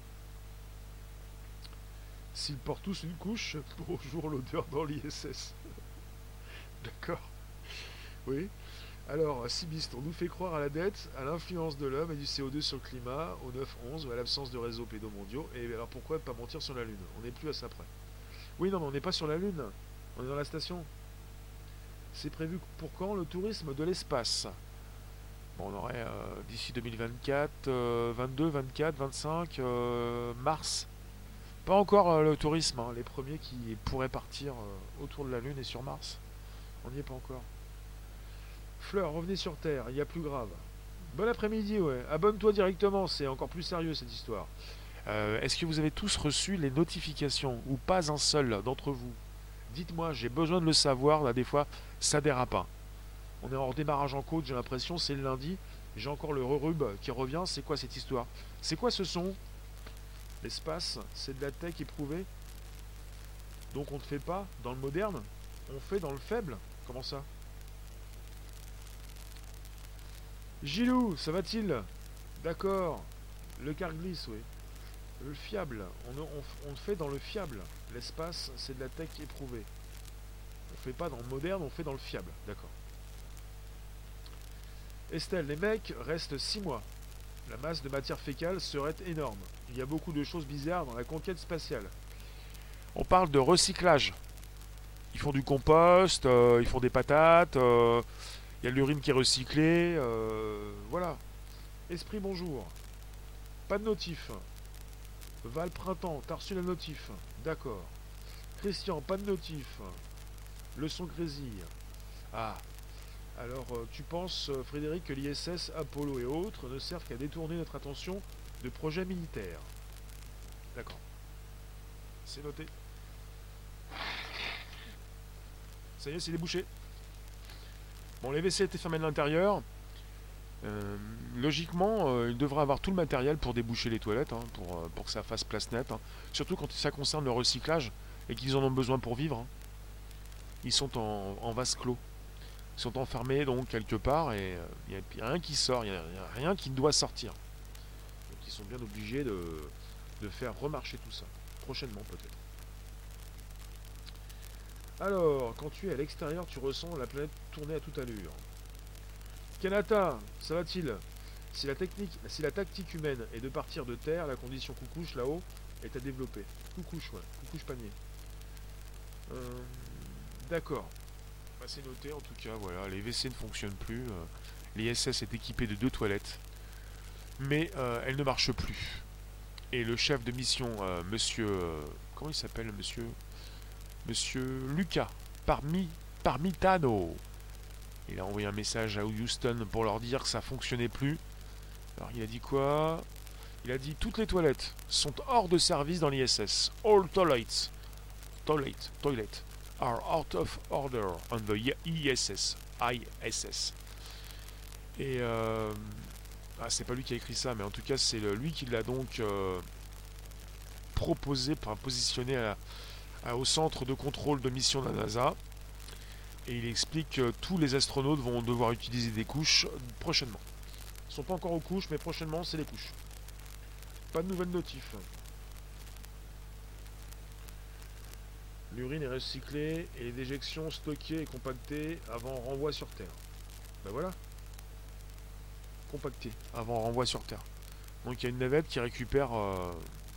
S'ils portent tous une couche, bonjour l'odeur dans l'I S S. D'accord. Oui. Alors, Sibiste, on nous fait croire à la dette, à l'influence de l'homme et du C O deux sur le climat, au neuf onze, ou à l'absence de réseaux pédomondiaux. Et alors pourquoi pas mentir sur la Lune? On n'est plus à ça près. Oui, non, mais on n'est pas sur la Lune. On est dans la station. C'est prévu pour quand le tourisme de l'espace? Bon, on aurait euh, d'ici deux mille vingt-quatre, euh, vingt-deux, vingt-quatre, vingt-cinq, euh, mars. Pas encore euh, le tourisme, hein, les premiers qui pourraient partir euh, autour de la Lune et sur Mars. On n'y est pas encore. Fleur, revenez sur Terre, il y a plus grave. Bon après-midi, ouais. Abonne-toi directement, c'est encore plus sérieux cette histoire. Euh, Est-ce que vous avez tous reçu les notifications ou pas un seul d'entre vous? Dites-moi, j'ai besoin de le savoir, là des fois ça dérape. Hein. On est en redémarrage en côte, j'ai l'impression, c'est le lundi. J'ai encore le rerub qui revient, c'est quoi cette histoire? C'est quoi ce son? L'espace, c'est de la tech éprouvée. Donc on ne fait pas dans le moderne, on fait dans le faible. Comment ça? Gilou, ça va-t-il? D'accord. Le car glisse, oui. Le fiable, on, on, on fait dans le fiable. L'espace, c'est de la tech éprouvée. On fait pas dans le moderne, on fait dans le fiable. D'accord. Estelle, les mecs restent six mois. La masse de matière fécale serait énorme. Il y a beaucoup de choses bizarres dans la conquête spatiale. On parle de recyclage. Ils font du compost, euh, ils font des patates, euh, il y a de l'urine qui est recyclée, euh, voilà. Esprit, bonjour. Pas de notif. Val Printemps, t'as reçu la notif. D'accord. Christian, pas de notif. Leçon grésille. Ah. Alors, euh, tu penses, euh, Frédéric, que l'I S S, Apollo et autres ne servent qu'à détourner notre attention de projets militaires. D'accord. C'est noté. Ça y est, c'est débouché. Bon, les W C étaient fermés de l'intérieur. Euh, logiquement, euh, il devrait avoir tout le matériel pour déboucher les toilettes, hein, pour, euh, pour que ça fasse place nette, hein. Surtout quand ça concerne le recyclage et qu'ils en ont besoin pour vivre, hein. Ils sont en, en vase clos. Ils sont enfermés donc quelque part et il euh, n'y a, a rien qui sort, il n'y a, a rien qui doit sortir. Donc ils sont bien obligés de, de faire remarcher tout ça. Prochainement peut-être. Alors, quand tu es à l'extérieur, tu ressens la planète tourner à toute allure. Kanata, ça va-t-il? Si la, technique, si la tactique humaine est de partir de terre, la condition coucouche là-haut est à développer. Coucouche, ouais. Coucouche panier. Euh, D'accord. Bah, c'est noté en tout cas, voilà. Les W C ne fonctionnent plus. Euh, L'I S S est équipé de deux toilettes. Mais euh, elle ne marche plus. Et le chef de mission, euh, monsieur... Euh, comment il s'appelle, monsieur Monsieur Lucas, parmi, Parmitano. Il a envoyé un message à Houston pour leur dire que ça fonctionnait plus. Alors il a dit quoi? Il a dit toutes les toilettes sont hors de service dans l'I S S. All toilets, toilet, toilet are out of order on the I S S. I S S. Et euh, ah, c'est pas lui qui a écrit ça, mais en tout cas c'est lui qui l'a donc euh, proposé, enfin, positionné à, à, au centre de contrôle de mission de la NASA. Et il explique que tous les astronautes vont devoir utiliser des couches prochainement. Ils sont pas encore aux couches, mais prochainement c'est les couches. Pas de nouvelles notifs. L'urine est recyclée et les déjections stockées et compactées avant renvoi sur Terre. Ben voilà. Compactées avant renvoi sur Terre. Donc il y a une navette qui récupère euh,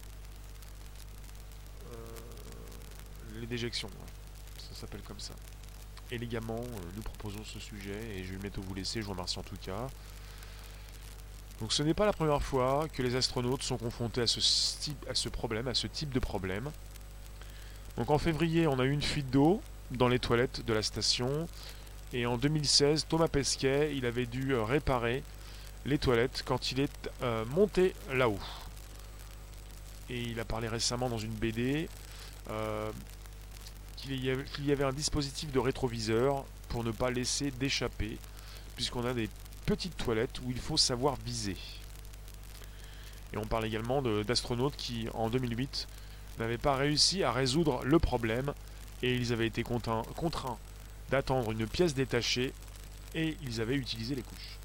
euh, les déjections. Ça s'appelle comme ça. Élégamment, euh, nous proposons ce sujet et je vais bientôt vous laisser. Je vous remercie en tout cas. Donc ce n'est pas la première fois que les astronautes sont confrontés à ce, type, à ce problème, à ce type de problème. Donc en février, on a eu une fuite d'eau dans les toilettes de la station. Et en deux mille seize, Thomas Pesquet, il avait dû réparer les toilettes quand il est euh, monté là-haut. Et il a parlé récemment dans une B D euh, qu'il y, qu'il y avait un dispositif de rétroviseur pour ne pas laisser d'échapper, puisqu'on a des petites toilettes où il faut savoir viser. Et on parle également d'astronautes qui, en deux mille huit, n'avaient pas réussi à résoudre le problème et ils avaient été contraints, contraints d'attendre une pièce détachée et ils avaient utilisé les couches.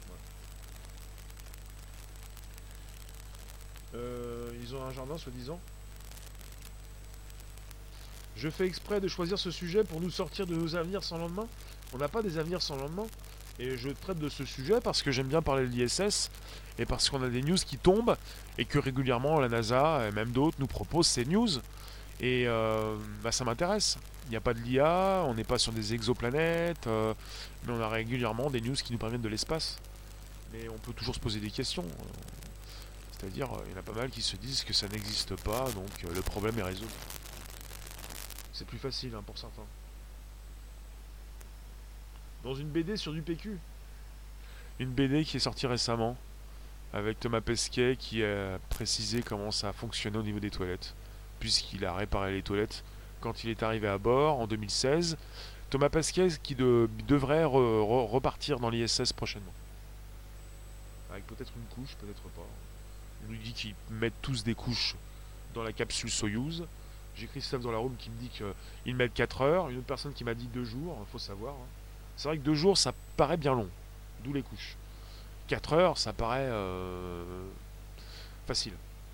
Voilà. Euh, ils ont un jardin, soi-disant. Je fais exprès de choisir ce sujet pour nous sortir de nos avenirs sans lendemain. On n'a pas des avenirs sans lendemain. Et je traite de ce sujet parce que j'aime bien parler de l'I S S et parce qu'on a des news qui tombent et que régulièrement la NASA et même d'autres nous proposent ces news. Et euh, bah ça m'intéresse. Il n'y a pas de l'I A, on n'est pas sur des exoplanètes, euh, mais on a régulièrement des news qui nous parviennent de l'espace. Mais on peut toujours se poser des questions. C'est-à-dire, il y en a pas mal qui se disent que ça n'existe pas, donc euh, le problème est résolu. C'est plus facile hein, pour certains. Dans une B D sur du P Q. Une B D qui est sortie récemment, avec Thomas Pesquet qui a précisé comment ça fonctionnait au niveau des toilettes, puisqu'il a réparé les toilettes quand il est arrivé à bord en deux mille seize. Thomas Pesquet qui de, devrait re, re, repartir dans l'I S S prochainement. Avec peut-être une couche, peut-être pas. On nous dit qu'ils mettent tous des couches dans la capsule Soyouz. J'ai Christophe dans la room qui me dit qu'ils mettent quatre heures. Une autre personne qui m'a dit deux jours, il faut savoir. Hein. C'est vrai que deux jours, ça paraît bien long. D'où les couches. quatre heures, ça paraît euh, facile.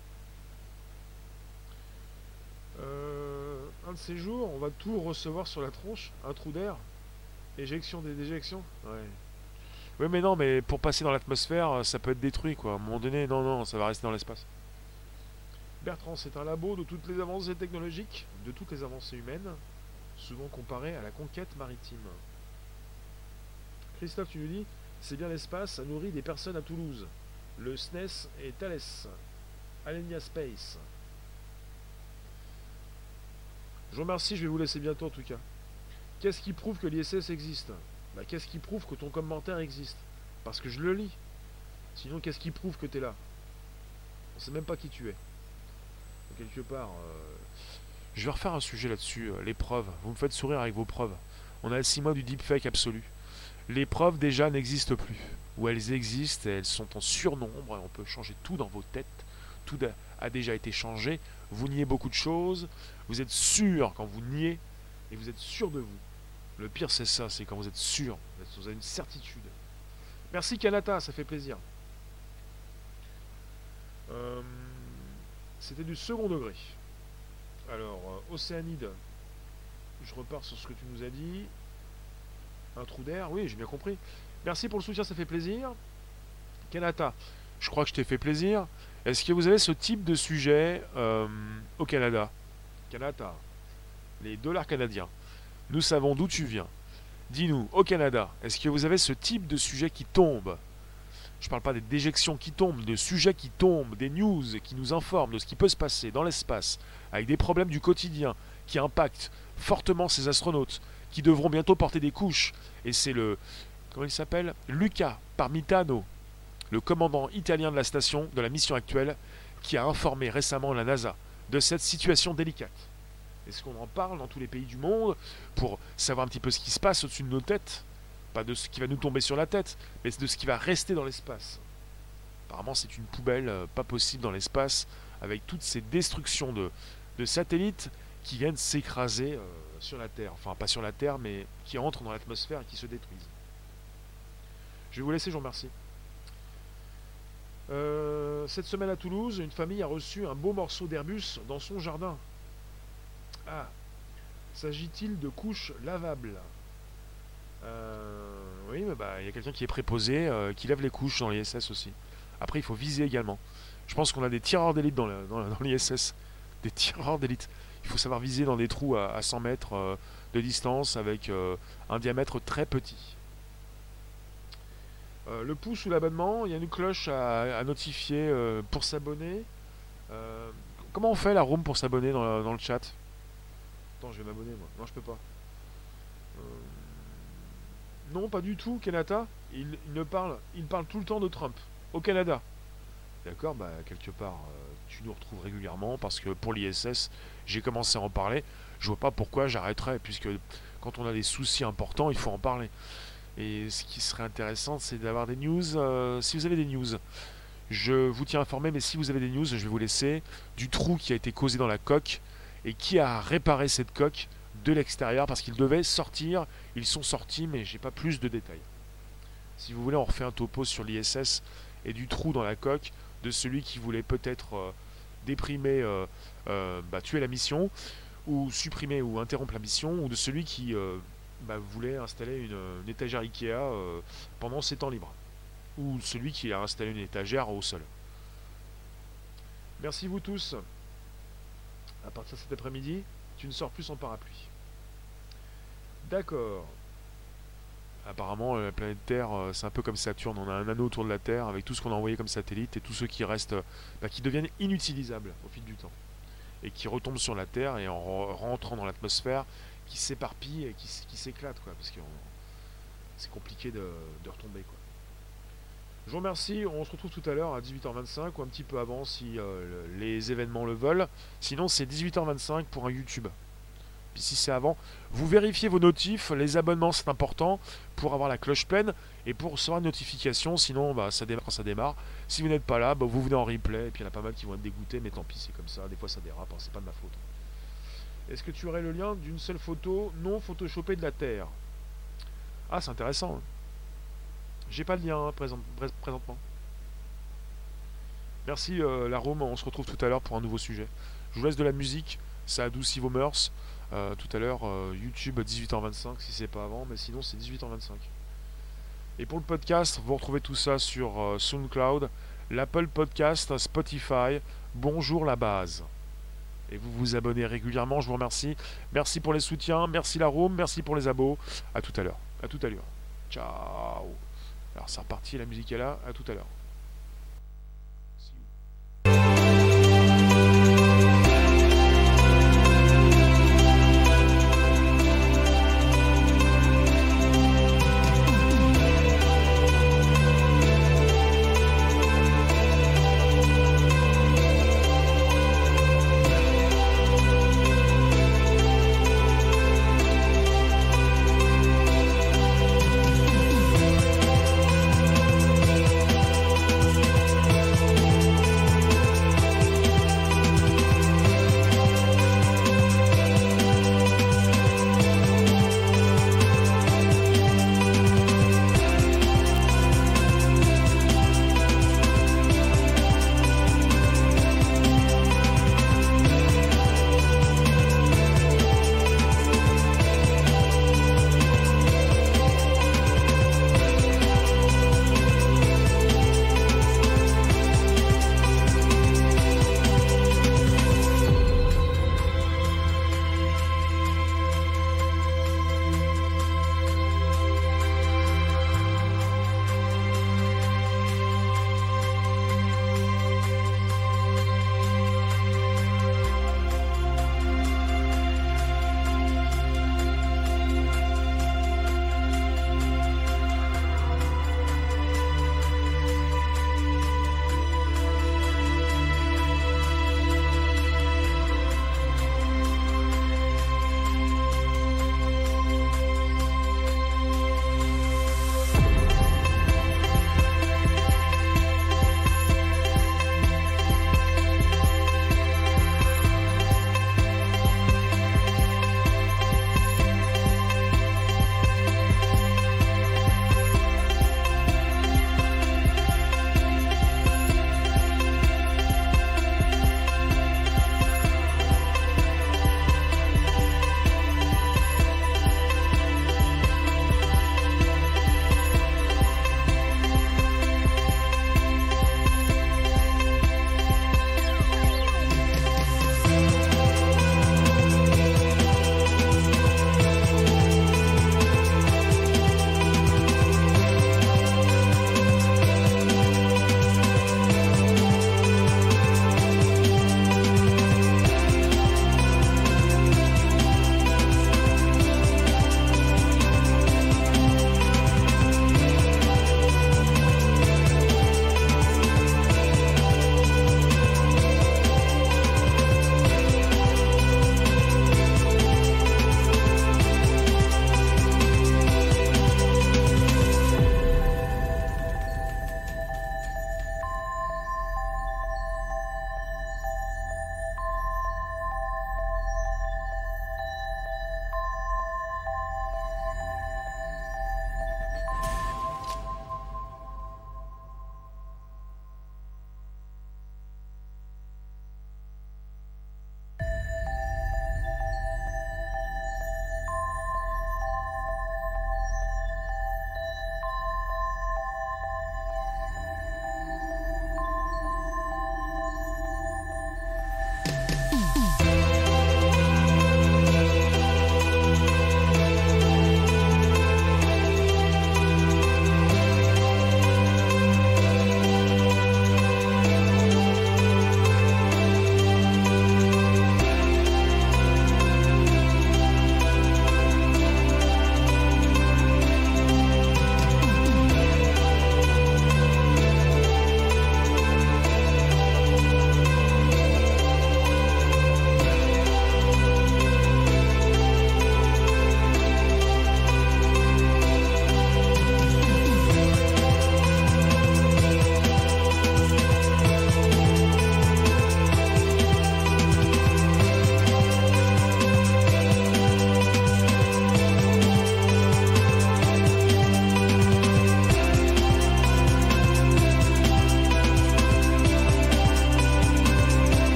Euh, un de ces jours, on va tout recevoir sur la tronche. Un trou d'air. Éjection des déjections. Ouais. Oui, mais non, mais pour passer dans l'atmosphère, ça peut être détruit, quoi. À un moment donné, non, non, ça va rester dans l'espace. Bertrand, c'est un labo de toutes les avancées technologiques, de toutes les avancées humaines, souvent comparées à la conquête maritime. Christophe, tu nous dis, c'est bien l'espace, ça nourrit des personnes à Toulouse. Le S N E S et Thales. Alenia Space. Je vous remercie, je vais vous laisser bientôt en tout cas. Qu'est-ce qui prouve que l'I S S existe? Bah, qu'est-ce qui prouve que ton commentaire existe? Parce que je le lis. Sinon, qu'est-ce qui prouve que tu es là? On sait même pas qui tu es. Donc, quelque part... euh, Je vais refaire un sujet là-dessus, euh, les preuves. Vous me faites sourire avec vos preuves. On a six mois du deepfake absolu. Les preuves déjà n'existent plus. Ou elles existent, et elles sont en surnombre, et on peut changer tout dans vos têtes. Tout a, a déjà été changé. Vous niez beaucoup de choses. Vous êtes sûr quand vous niez, et vous êtes sûr de vous. Le pire c'est ça, c'est quand vous êtes sûr. Vous avez une certitude. Merci Kanata, ça fait plaisir. Euh, C'était du second degré. Alors, euh, Océanide, je repars sur ce que tu nous as dit. Un trou d'air, oui, j'ai bien compris. Merci pour le soutien, ça fait plaisir. Kanata, je crois que je t'ai fait plaisir. Est-ce que vous avez ce type de sujet euh, au Canada? Kanata, les dollars canadiens. Nous savons d'où tu viens. Dis-nous, au Canada, est-ce que vous avez ce type de sujet qui tombe? Je ne parle pas des déjections qui tombent, de sujets qui tombent, des news qui nous informent de ce qui peut se passer dans l'espace, avec des problèmes du quotidien qui impactent fortement ces astronautes, qui devront bientôt porter des couches. Et c'est le... Comment il s'appelle? Luca Parmitano, le commandant italien de la station, de la mission actuelle, qui a informé récemment la NASA de cette situation délicate. Est-ce qu'on en parle dans tous les pays du monde pour savoir un petit peu ce qui se passe au-dessus de nos têtes? Pas de ce qui va nous tomber sur la tête, mais de ce qui va rester dans l'espace. Apparemment, c'est une poubelle euh, pas possible dans l'espace, avec toutes ces destructions de, de satellites qui viennent s'écraser euh, sur la Terre. Enfin, pas sur la Terre, mais qui entrent dans l'atmosphère et qui se détruisent. Je vais vous laisser, je vous remercie. Euh, cette semaine à Toulouse, une famille a reçu un beau morceau d'Airbus dans son jardin. Ah, s'agit-il de couches lavables? Euh, oui, mais bah, il y a quelqu'un qui est préposé, euh, qui lève les couches dans l'I S S aussi. Après, il faut viser également. Je pense qu'on a des tireurs d'élite dans, le- dans, dans l'I S S. Des tireurs d'élite. Il faut savoir viser dans des trous à, à cent mètres euh, de distance avec euh, un diamètre très petit. Euh, le pouce ou l'abonnement, il y a une cloche à, à notifier euh, pour s'abonner. Euh, Comment on fait la room pour s'abonner dans, dans le chat? Attends, je vais m'abonner moi. Non, je peux pas. Euh, Non, pas du tout, Kanata. Il, il ne parle, il parle tout le temps de Trump, au Canada. D'accord, bah quelque part, euh, tu nous retrouves régulièrement parce que pour l'I S S, j'ai commencé à en parler. Je vois pas pourquoi j'arrêterais, puisque quand on a des soucis importants, il faut en parler. Et ce qui serait intéressant, c'est d'avoir des news. Euh, si vous avez des news, je vous tiens informé, mais si vous avez des news, je vais vous laisser du trou qui a été causé dans la coque et qui a réparé cette coque de l'extérieur parce qu'ils devaient sortir. Ils sont sortis, mais j'ai pas plus de détails. Si vous voulez, on refait un topo sur l'I S S et du trou dans la coque de celui qui voulait peut-être euh, déprimer, euh, euh, bah, tuer la mission, ou supprimer ou interrompre la mission, ou de celui qui euh, bah, voulait installer une, une étagère Ikea euh, pendant ses temps libres, ou celui qui a installé une étagère au sol. Merci vous tous. À partir de cet après-midi, tu ne sors plus sans parapluie. D'accord. Apparemment, la planète Terre, euh, c'est un peu comme Saturne. On a un anneau autour de la Terre avec tout ce qu'on a envoyé comme satellite et tous ceux qui restent, euh, bah, qui deviennent inutilisables au fil du temps. Et qui retombent sur la Terre et en re- rentrant dans l'atmosphère, qui s'éparpillent et qui, s- qui s'éclatent, quoi. Parce que on- c'est compliqué de, de retomber, quoi. Je vous remercie. On se retrouve tout à l'heure à dix-huit heures vingt-cinq ou un petit peu avant si euh, le- les événements le veulent. Sinon, c'est dix-huit heures vingt-cinq pour un YouTube. Puis si c'est avant, vous vérifiez vos notifs, les abonnements c'est important pour avoir la cloche pleine et pour recevoir une notification, sinon bah, ça démarre quand ça démarre. Si vous n'êtes pas là, bah, vous venez en replay et puis il y en a pas mal qui vont être dégoûtés, mais tant pis, c'est comme ça, des fois ça dérape, hein, c'est pas de ma faute. Est-ce que tu aurais le lien d'une seule photo non photoshopée de la Terre? Ah, c'est intéressant. J'ai pas le lien hein, présent- prés- présentement. Merci euh, la Rome, on se retrouve tout à l'heure pour un nouveau sujet. Je vous laisse de la musique, ça adoucit vos mœurs. Euh, tout à l'heure, euh, YouTube dix-huit heures vingt-cinq si c'est pas avant, mais sinon c'est dix-huit heures vingt-cinq. Et pour le podcast, vous retrouvez tout ça sur euh, SoundCloud, l'Apple Podcast, Spotify. Bonjour la base. Et vous vous abonnez régulièrement, je vous remercie. Merci pour les soutiens, merci la room, merci pour les abos. À tout à l'heure. À tout à l'heure. Ciao. Alors c'est reparti, la musique est là, à tout à l'heure.